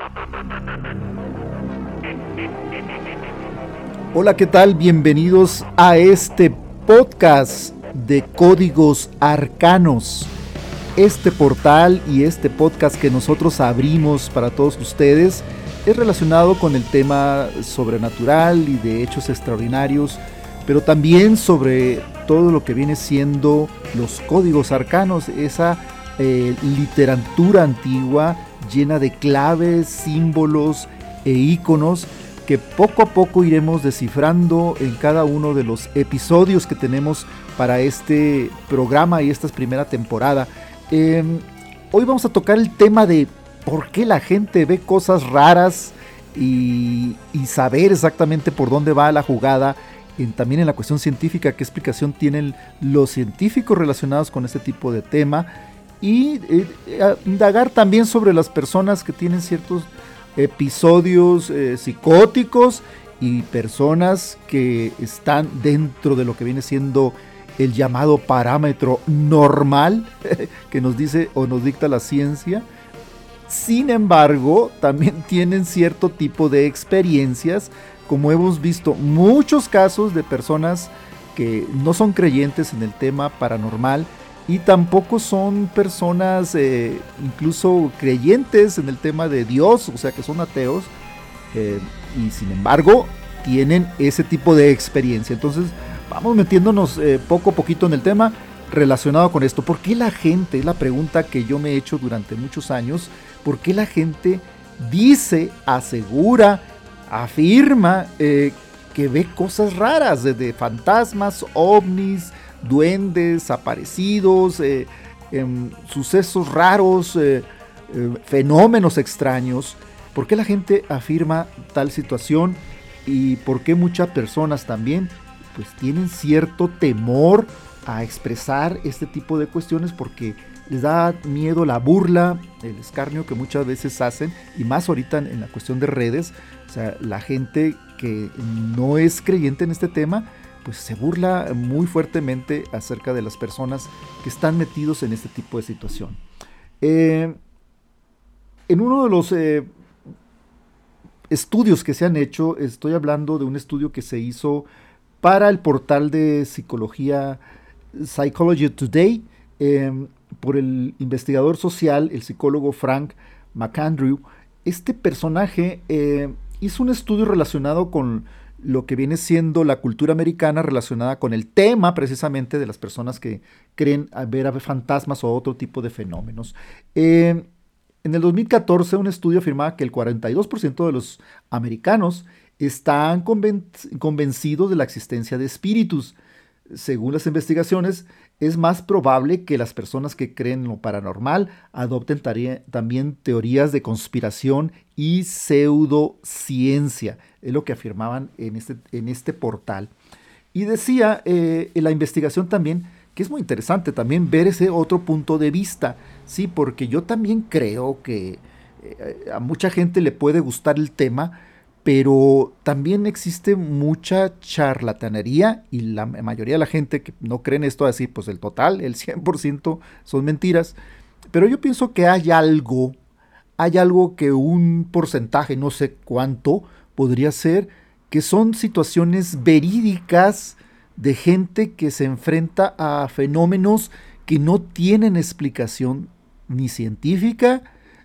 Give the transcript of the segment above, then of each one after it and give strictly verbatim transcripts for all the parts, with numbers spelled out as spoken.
Hola, ¿qué tal? Bienvenidos a este podcast de Códigos Arcanos. Este portal y este podcast que nosotros abrimos para todos ustedes es relacionado con el tema sobrenatural y de hechos extraordinarios, pero también sobre todo lo que viene siendo los códigos arcanos, esa eh, literatura antigua llena de claves, símbolos e íconos que poco a poco iremos descifrando en cada uno de los episodios que tenemos para este programa y esta primera temporada. Eh, hoy vamos a tocar el tema de por qué la gente ve cosas raras y, y saber exactamente por dónde va la jugada. En, también en la cuestión científica, qué explicación tienen los científicos relacionados con este tipo de tema. Y eh, indagar también sobre las personas que tienen ciertos episodios eh, psicóticos y personas que están dentro de lo que viene siendo el llamado parámetro normal que nos dice o nos dicta la ciencia. Sin embargo, también tienen cierto tipo de experiencias, como hemos visto muchos casos de personas que no son creyentes en el tema paranormal y tampoco son personas eh, incluso creyentes en el tema de Dios, o sea que son ateos, eh, y sin embargo tienen ese tipo de experiencia. Entonces vamos metiéndonos eh, poco a poquito en el tema relacionado con esto. ¿Por qué la gente? Es la pregunta que yo me he hecho durante muchos años. ¿Por qué la gente dice, asegura, afirma eh, que ve cosas raras, desde fantasmas, ovnis, duendes, aparecidos, eh, eh, sucesos raros, eh, eh, fenómenos extraños? ¿Por qué la gente afirma tal situación? Y por qué muchas personas también pues tienen cierto temor a expresar este tipo de cuestiones porque les da miedo la burla, el escarnio que muchas veces hacen, y más ahorita en la cuestión de redes. O sea, la gente que no es creyente en este tema pues se burla muy fuertemente acerca de las personas que están metidos en este tipo de situación. Eh, en uno de los eh, estudios que se han hecho, estoy hablando de un estudio que se hizo para el portal de psicología Psychology Today, eh, por el investigador social, el psicólogo Frank McAndrew. Este personaje eh, hizo un estudio relacionado con lo que viene siendo la cultura americana relacionada con el tema precisamente de las personas que creen ver a fantasmas o otro tipo de fenómenos. Eh, en el dos mil catorce un estudio afirmaba que el cuarenta y dos por ciento de los americanos están conven- convencidos de la existencia de espíritus. Según las investigaciones, es más probable que las personas que creen en lo paranormal adopten tarea, también teorías de conspiración y pseudociencia. Es lo que afirmaban en este, en este portal. Y decía eh, en la investigación también que es muy interesante también ver ese otro punto de vista, sí, porque yo también creo que eh, a mucha gente le puede gustar el tema, pero también existe mucha charlatanería y la mayoría de la gente que no cree en esto, así pues el total, el cien por ciento son mentiras. Pero yo pienso que hay algo, hay algo que un porcentaje, no sé cuánto, podría ser, que son situaciones verídicas de gente que se enfrenta a fenómenos que no tienen explicación ni científica,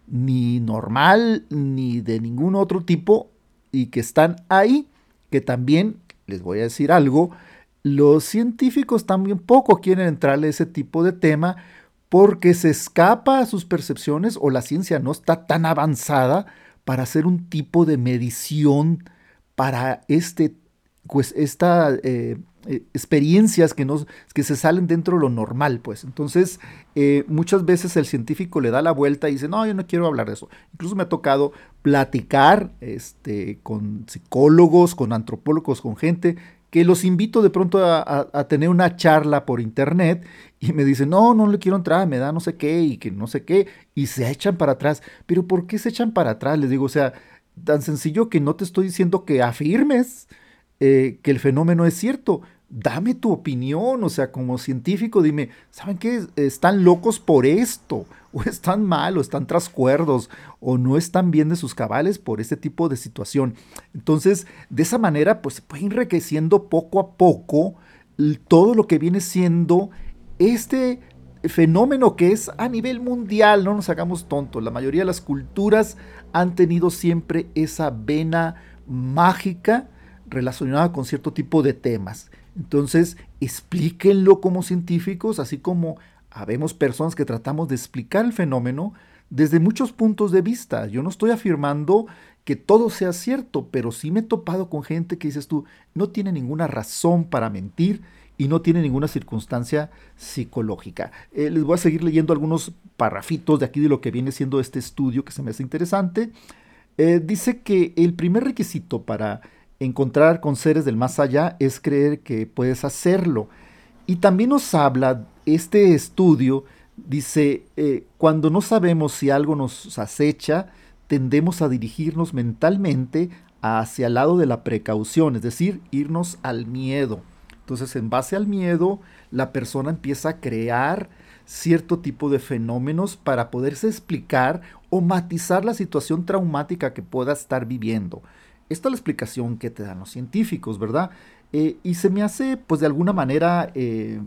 ni normal, ni de ningún otro tipo, y que están ahí, que también, les voy a decir algo, los científicos también poco quieren entrarle a ese tipo de tema porque se escapa a sus percepciones o la ciencia no está tan avanzada para hacer un tipo de medición para este, pues, esta eh, eh, experiencias que, no, que se salen dentro de lo normal, pues. Entonces, eh, muchas veces el científico le da la vuelta y dice, no, yo no quiero hablar de eso. Incluso me ha tocado platicar este, con psicólogos, con antropólogos, con gente que los invito de pronto a, a, a tener una charla por internet y me dicen, no, no le quiero entrar, me da no sé qué y que no sé qué, y se echan para atrás. Pero ¿por qué se echan para atrás? Les digo, o sea, tan sencillo que no te estoy diciendo que afirmes eh, que el fenómeno es cierto, dame tu opinión, o sea, como científico, dime, ¿saben qué? Están locos por esto, o están mal, o están tras cuerdos, o no están bien de sus cabales por este tipo de situación. Entonces, de esa manera, pues se puede ir enriqueciendo poco a poco todo lo que viene siendo este fenómeno que es a nivel mundial. No nos hagamos tontos, la mayoría de las culturas han tenido siempre esa vena mágica relacionada con cierto tipo de temas. Entonces, explíquenlo como científicos, así como habemos personas que tratamos de explicar el fenómeno desde muchos puntos de vista. Yo no estoy afirmando que todo sea cierto, pero sí me he topado con gente que dices tú, no tiene ninguna razón para mentir y no tiene ninguna circunstancia psicológica. Eh, les voy a seguir leyendo algunos parrafitos de aquí de lo que viene siendo este estudio que se me hace interesante. Eh, dice que el primer requisito para encontrar con seres del más allá es creer que puedes hacerlo. Y también nos habla este estudio, dice, eh, cuando no sabemos si algo nos acecha, tendemos a dirigirnos mentalmente hacia el lado de la precaución, es decir, irnos al miedo. Entonces, en base al miedo, la persona empieza a crear cierto tipo de fenómenos para poderse explicar o matizar la situación traumática que pueda estar viviendo. Esta es la explicación que te dan los científicos, ¿verdad? Eh, y se me hace, pues de alguna manera, eh,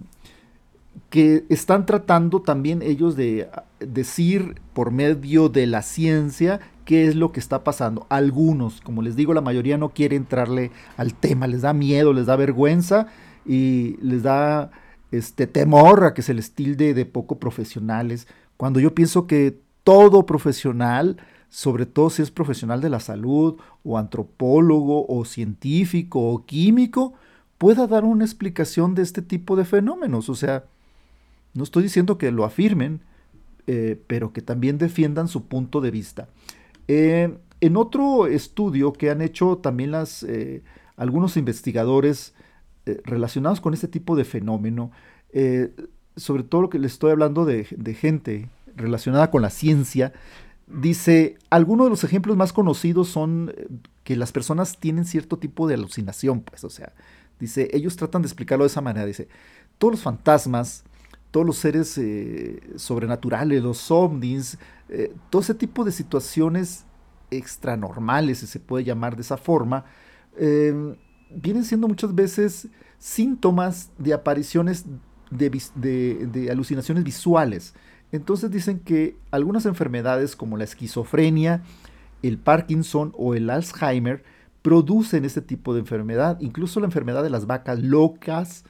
que están tratando también ellos de decir por medio de la ciencia qué es lo que está pasando. Algunos, como les digo, la mayoría no quiere entrarle al tema, les da miedo, les da vergüenza y les da este temor a que se les tilde de poco profesionales, cuando yo pienso que todo profesional, sobre todo si es profesional de la salud, o antropólogo, o científico, o químico, pueda dar una explicación de este tipo de fenómenos. O sea, no estoy diciendo que lo afirmen, eh, pero que también defiendan su punto de vista. Eh, en otro estudio que han hecho también las, eh, algunos investigadores eh, relacionados con este tipo de fenómeno, eh, sobre todo lo que les estoy hablando de, de gente relacionada con la ciencia, dice, algunos de los ejemplos más conocidos son que las personas tienen cierto tipo de alucinación, pues, o sea, dice, ellos tratan de explicarlo de esa manera, dice, todos los fantasmas, todos los seres eh, sobrenaturales, los ovnis, eh, todo ese tipo de situaciones extranormales, si se puede llamar de esa forma, eh, vienen siendo muchas veces síntomas de apariciones de, de, de alucinaciones visuales. Entonces dicen que algunas enfermedades como la esquizofrenia, el Parkinson o el Alzheimer producen este tipo de enfermedad, incluso la enfermedad de las vacas locas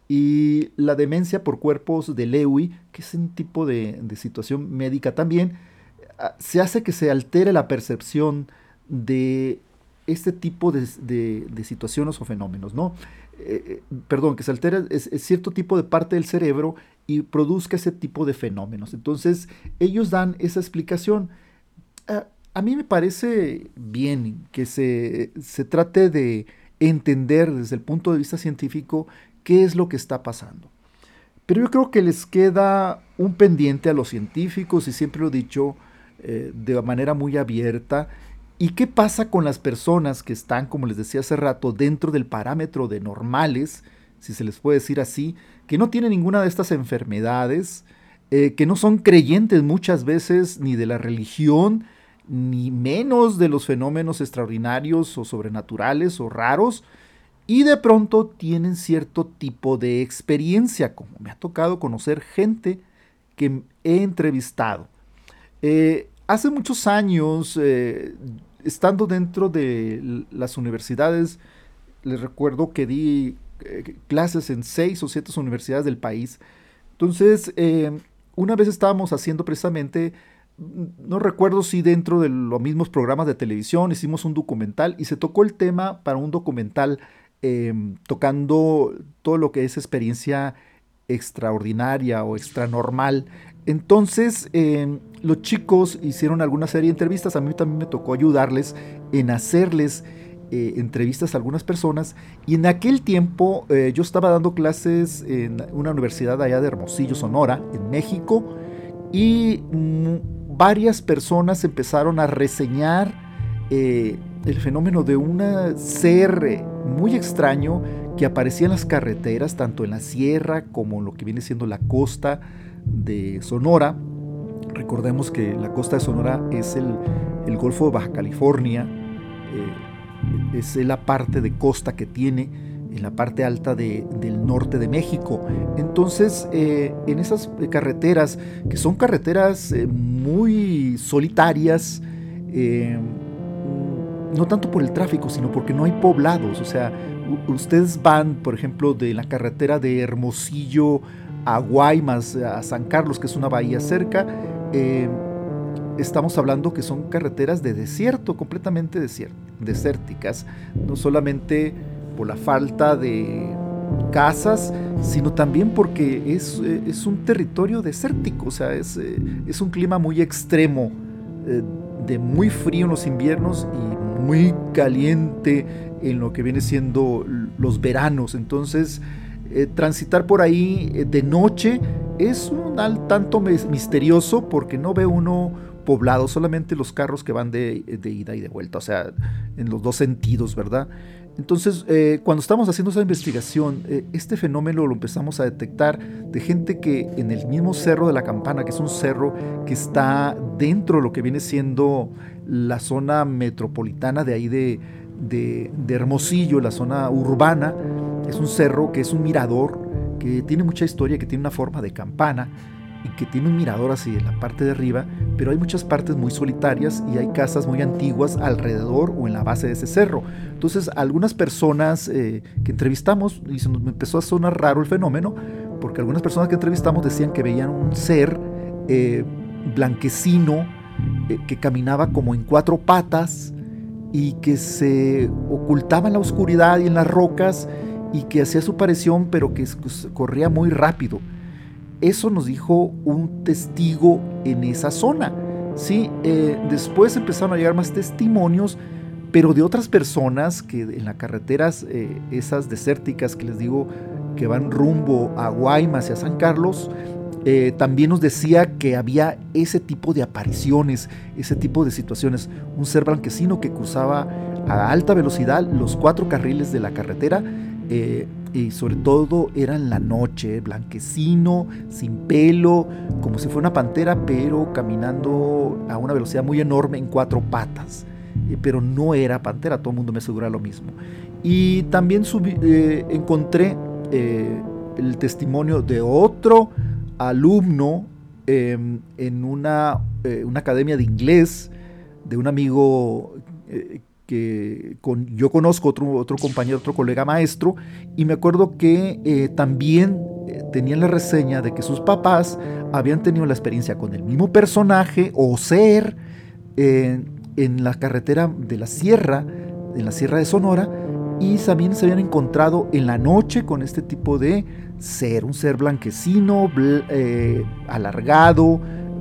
y la demencia por cuerpos de Lewy, que es un tipo de, de situación médica también, se hace que se altere la percepción de este tipo de, de, de situaciones o fenómenos, ¿no? Eh, perdón, que se altera es, es cierto tipo de parte del cerebro y produzca ese tipo de fenómenos. Entonces, ellos dan esa explicación. A, a mí me parece bien que se, se trate de entender desde el punto de vista científico qué es lo que está pasando. Pero yo creo que les queda un pendiente a los científicos, y siempre lo he dicho eh, de manera muy abierta. ¿Y qué pasa con las personas que están, como les decía hace rato, dentro del parámetro de normales, si se les puede decir así, que no tienen ninguna de estas enfermedades, eh, que no son creyentes muchas veces ni de la religión, ni menos de los fenómenos extraordinarios o sobrenaturales o raros, y de pronto tienen cierto tipo de experiencia, como me ha tocado conocer gente que he entrevistado. Eh, hace muchos años, eh, estando dentro de las universidades, les recuerdo que di eh, clases en seis o siete universidades del país. Entonces, eh, una vez estábamos haciendo precisamente, no recuerdo si dentro de los mismos programas de televisión, hicimos un documental y se tocó el tema para un documental eh, tocando todo lo que es experiencia extraordinaria o extranormal. Entonces, eh, los chicos hicieron alguna serie de entrevistas. A mí también me tocó ayudarles en hacerles eh, entrevistas a algunas personas. Y en aquel tiempo eh, yo estaba dando clases en una universidad allá de Hermosillo, Sonora, en México. Y mmm, varias personas empezaron a reseñar eh, el fenómeno de un ser muy extraño que aparecía en las carreteras, tanto en la sierra como en lo que viene siendo la costa de Sonora. Recordemos que la costa de Sonora es el, el Golfo de Baja California, eh, es la parte de costa que tiene en la parte alta de, del norte de México. Entonces, eh, en esas carreteras, que son carreteras eh, muy solitarias, eh, no tanto por el tráfico, sino porque no hay poblados. O sea, u- ustedes van, por ejemplo, de la carretera de Hermosillo a Guaymas, a San Carlos, que es una bahía cerca, eh, estamos hablando que son carreteras de desierto, completamente desier- desérticas, no solamente por la falta de casas, sino también porque es, eh, es un territorio desértico. O sea, es, eh, es un clima muy extremo, eh, de muy frío en los inviernos y muy caliente en lo que viene siendo los veranos. Entonces, eh, transitar por ahí eh, de noche es un al tanto misterioso, porque no ve uno poblado, solamente los carros que van de, de ida y de vuelta, o sea, en los dos sentidos, ¿verdad? Entonces, eh, cuando estamos haciendo esa investigación, eh, este fenómeno lo empezamos a detectar de gente que en el mismo Cerro de la Campana, que es un cerro que está dentro de lo que viene siendo la zona metropolitana de ahí de, de, de Hermosillo, la zona urbana. Es un cerro que es un mirador, que tiene mucha historia, que tiene una forma de campana y que tiene un mirador así en la parte de arriba, pero hay muchas partes muy solitarias y hay casas muy antiguas alrededor o en la base de ese cerro. Entonces, algunas personas eh, que entrevistamos, y se nos empezó a sonar raro el fenómeno, porque algunas personas que entrevistamos decían que veían un ser eh, blanquecino, eh, que caminaba como en cuatro patas y que se ocultaba en la oscuridad y en las rocas, y que hacía su aparición, pero que corría muy rápido. Eso nos dijo un testigo en esa zona. Sí, eh, después empezaron a llegar más testimonios, pero de otras personas que en las carreteras eh, esas desérticas que les digo, que van rumbo a Guaymas y a San Carlos, eh, también nos decía que había ese tipo de apariciones, ese tipo de situaciones. Un ser blanquecino que cruzaba a alta velocidad los cuatro carriles de la carretera, eh, y sobre todo era en la noche, blanquecino, sin pelo, como si fuera una pantera, pero caminando a una velocidad muy enorme en cuatro patas. Eh, pero no era pantera, todo el mundo me asegura lo mismo. Y también subí, eh, encontré eh, el testimonio de otro alumno eh, en una, eh, una academia de inglés, de un amigo eh, que con, yo conozco, otro, otro compañero, otro colega maestro, y me acuerdo que eh, también eh, tenían la reseña de que sus papás habían tenido la experiencia con el mismo personaje o ser eh, en la carretera de la sierra, en la sierra de Sonora, y también se habían encontrado en la noche con este tipo de ser, un ser blanquecino, bl eh, alargado,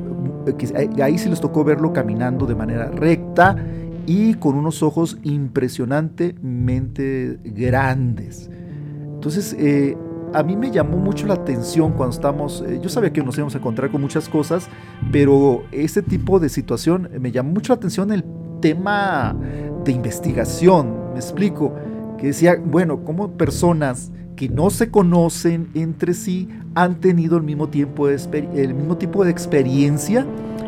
que ahí sí les tocó verlo caminando de manera recta y con unos ojos impresionantemente grandes. Entonces, eh, a mí me llamó mucho la atención cuando estamos, eh, yo sabía que nos íbamos a encontrar con muchas cosas, pero este tipo de situación me llamó mucho la atención el tema de investigación. Me explico, que decía, bueno, cómo personas que no se conocen entre sí han tenido el mismo tiempo de el mismo tipo de experiencia,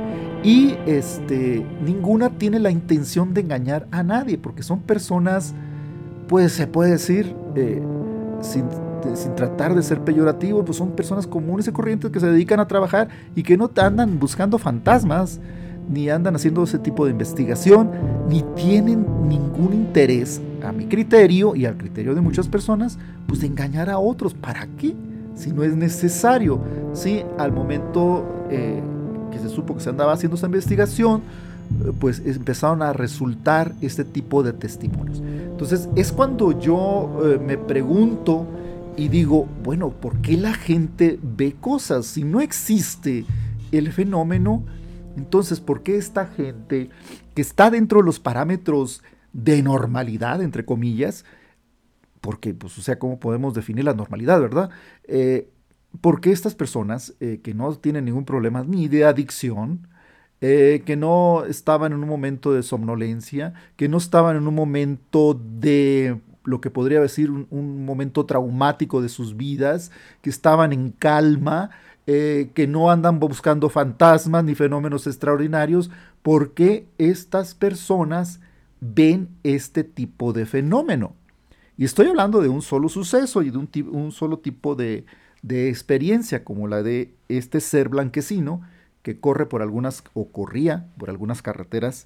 y este, ninguna tiene la intención de engañar a nadie, porque son personas, pues se puede decir, eh, sin, de, sin tratar de ser peyorativo, pues son personas comunes y corrientes que se dedican a trabajar y que no andan buscando fantasmas, ni andan haciendo ese tipo de investigación, ni tienen ningún interés, a mi criterio y al criterio de muchas personas, pues de engañar a otros. ¿Para qué? Si no es necesario. Sí, al momento eh, que se supo que se andaba haciendo esa investigación, eh, pues empezaron a resultar este tipo de testimonios. Entonces es cuando yo eh, me pregunto y digo, bueno, ¿por qué la gente ve cosas? Si no existe el fenómeno, entonces, ¿por qué esta gente que está dentro de los parámetros de normalidad, entre comillas, porque, pues, o sea, ¿cómo podemos definir la normalidad, verdad? Eh, ¿Por qué estas personas eh, que no tienen ningún problema ni de adicción, eh, que no estaban en un momento de somnolencia, que no estaban en un momento de lo que podría decir un, un momento traumático de sus vidas, que estaban en calma, eh, que no andan buscando fantasmas ni fenómenos extraordinarios, porque estas personas ven este tipo de fenómeno. Y estoy hablando de un solo suceso y de un, un solo tipo de, de experiencia, como la de este ser blanquecino que corre por algunas, o corría por algunas carreteras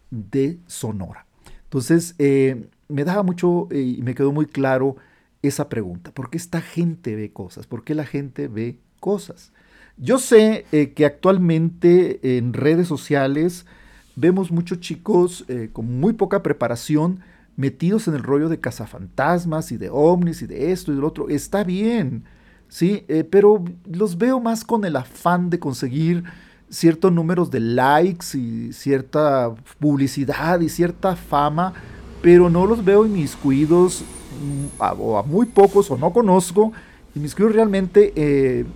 de Sonora. Entonces, eh, me daba mucho eh, y me quedó muy claro esa pregunta. ¿Por qué esta gente ve cosas? ¿Por qué la gente ve cosas? Yo sé eh, que actualmente en redes sociales vemos muchos chicos eh, con muy poca preparación metidos en el rollo de cazafantasmas y de ovnis y de esto y del otro. Está bien, ¿sí? Eh, pero los veo más con el afán de conseguir ciertos números de likes y cierta publicidad y cierta fama, pero no los veo inmiscuidos mm, a, o a muy pocos o no conozco, inmiscuidos realmente eh,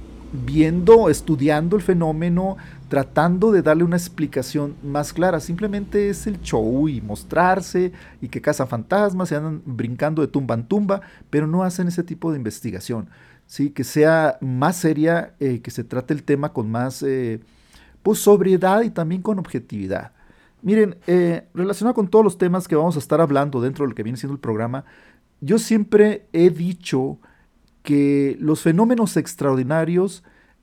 viendo, estudiando el fenómeno, tratando de darle una explicación más clara. Simplemente es el show y mostrarse y que cazan fantasmas, se andan brincando de tumba en tumba, pero no hacen ese tipo de investigación. ¿Sí? Que sea más seria, eh, que se trate el tema con más eh, pues, sobriedad y también con objetividad. Miren, eh, relacionado con todos los temas que vamos a estar hablando dentro de lo que viene siendo el programa, yo siempre he dicho que los fenómenos extraordinarios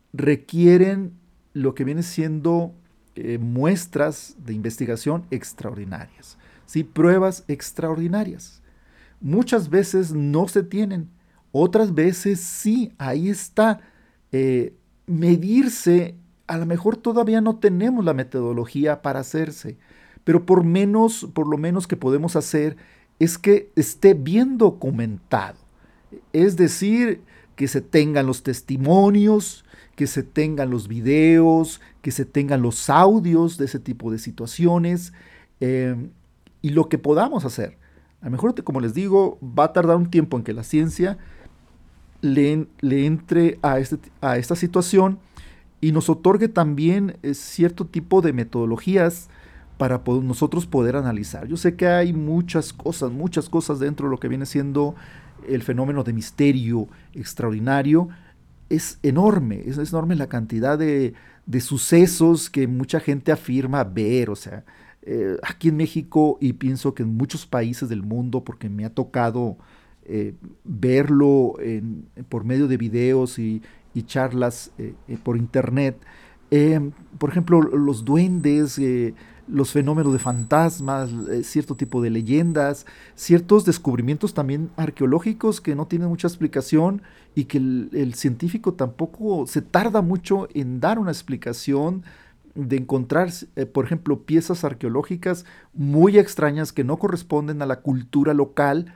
requieren lo que viene siendo eh, muestras de investigación extraordinarias, ¿sí? Pruebas extraordinarias. Muchas veces no se tienen, otras veces sí, ahí está. Eh, medirse, a lo mejor todavía no tenemos la metodología para hacerse, pero por menos, por lo menos que podemos hacer es que esté bien documentado. Es decir, que se tengan los testimonios, que se tengan los videos, que se tengan los audios de ese tipo de situaciones eh, y lo que podamos hacer. A lo mejor, como les digo, va a tardar un tiempo en que la ciencia le, le entre a, este, a esta situación y nos otorgue también eh, cierto tipo de metodologías para po- nosotros poder analizar. Yo sé que hay muchas cosas, muchas cosas dentro de lo que viene siendo el fenómeno de misterio extraordinario. Es enorme, es, es enorme la cantidad de, de sucesos que mucha gente afirma ver, o sea, eh, aquí en México y pienso que en muchos países del mundo, porque me ha tocado eh, verlo en, por medio de videos y, y charlas eh, eh, por internet. Eh, por ejemplo, los duendes, eh, los fenómenos de fantasmas, eh, cierto tipo de leyendas, ciertos descubrimientos también arqueológicos que no tienen mucha explicación y que el, el científico tampoco se tarda mucho en dar una explicación de encontrar, eh, por ejemplo, piezas arqueológicas muy extrañas que no corresponden a la cultura local.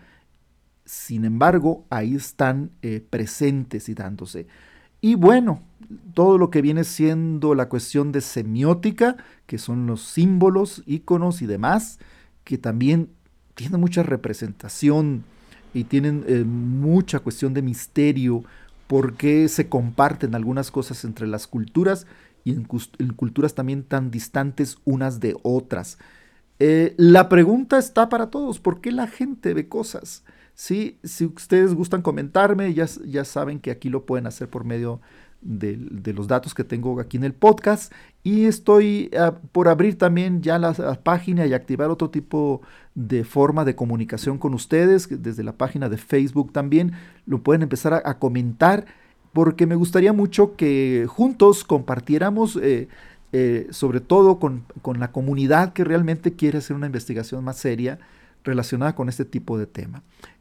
Sin embargo, ahí están eh, presentes y dándose. Y bueno, todo lo que viene siendo la cuestión de semiótica, que son los símbolos, iconos y demás, que también tienen mucha representación y tienen eh, mucha cuestión de misterio, porque se comparten algunas cosas entre las culturas y en, en culturas también tan distantes unas de otras. Eh, la pregunta está para todos, ¿por qué la gente ve cosas? Sí, si ustedes gustan comentarme, ya, ya saben que aquí lo pueden hacer por medio de, de los datos que tengo aquí en el podcast. Y estoy uh, por abrir también ya la, la página y activar otro tipo de forma de comunicación con ustedes, desde la página de Facebook también. Lo pueden empezar a, a comentar, porque me gustaría mucho que juntos compartiéramos, eh, eh, sobre todo con, con la comunidad que realmente quiere hacer una investigación más seria relacionada con este tipo de tema.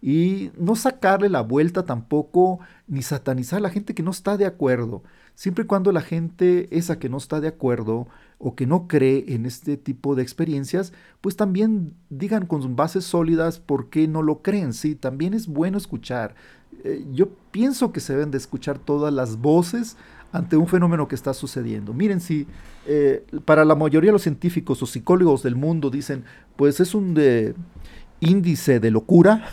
Y no sacarle la vuelta tampoco, ni satanizar a la gente que no está de acuerdo. Siempre y cuando la gente esa que no está de acuerdo o que no cree en este tipo de experiencias, pues también digan con bases sólidas por qué no lo creen. Sí, también es bueno escuchar. Eh, yo pienso que se deben de escuchar todas las voces ante un fenómeno que está sucediendo. Miren, si eh, para la mayoría de los científicos o psicólogos del mundo dicen, pues es un de índice de locura,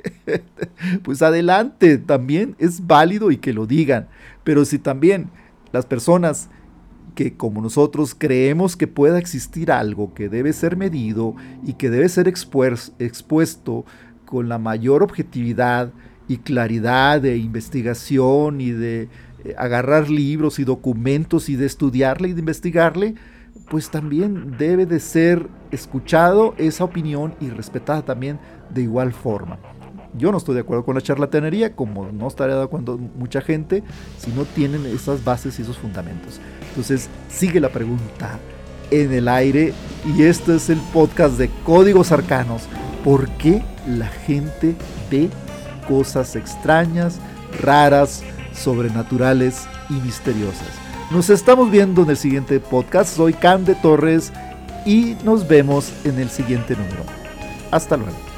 pues adelante, también es válido y que lo digan. Pero si también las personas que como nosotros creemos que pueda existir algo que debe ser medido y que debe ser expues- expuesto con la mayor objetividad y claridad de investigación y de eh, agarrar libros y documentos y de estudiarle y de investigarle, pues también debe de ser escuchado esa opinión y respetada también de igual forma. Yo no estoy de acuerdo con la charlatanería, como no estaré de acuerdo con mucha gente si no tienen esas bases y esos fundamentos. Entonces sigue la pregunta en el aire, y este es el podcast de Códigos Arcanos. ¿Por qué la gente ve cosas extrañas, raras, sobrenaturales y misteriosas? Nos estamos viendo en el siguiente podcast. Soy Cam de Torres y nos vemos en el siguiente número. Hasta luego.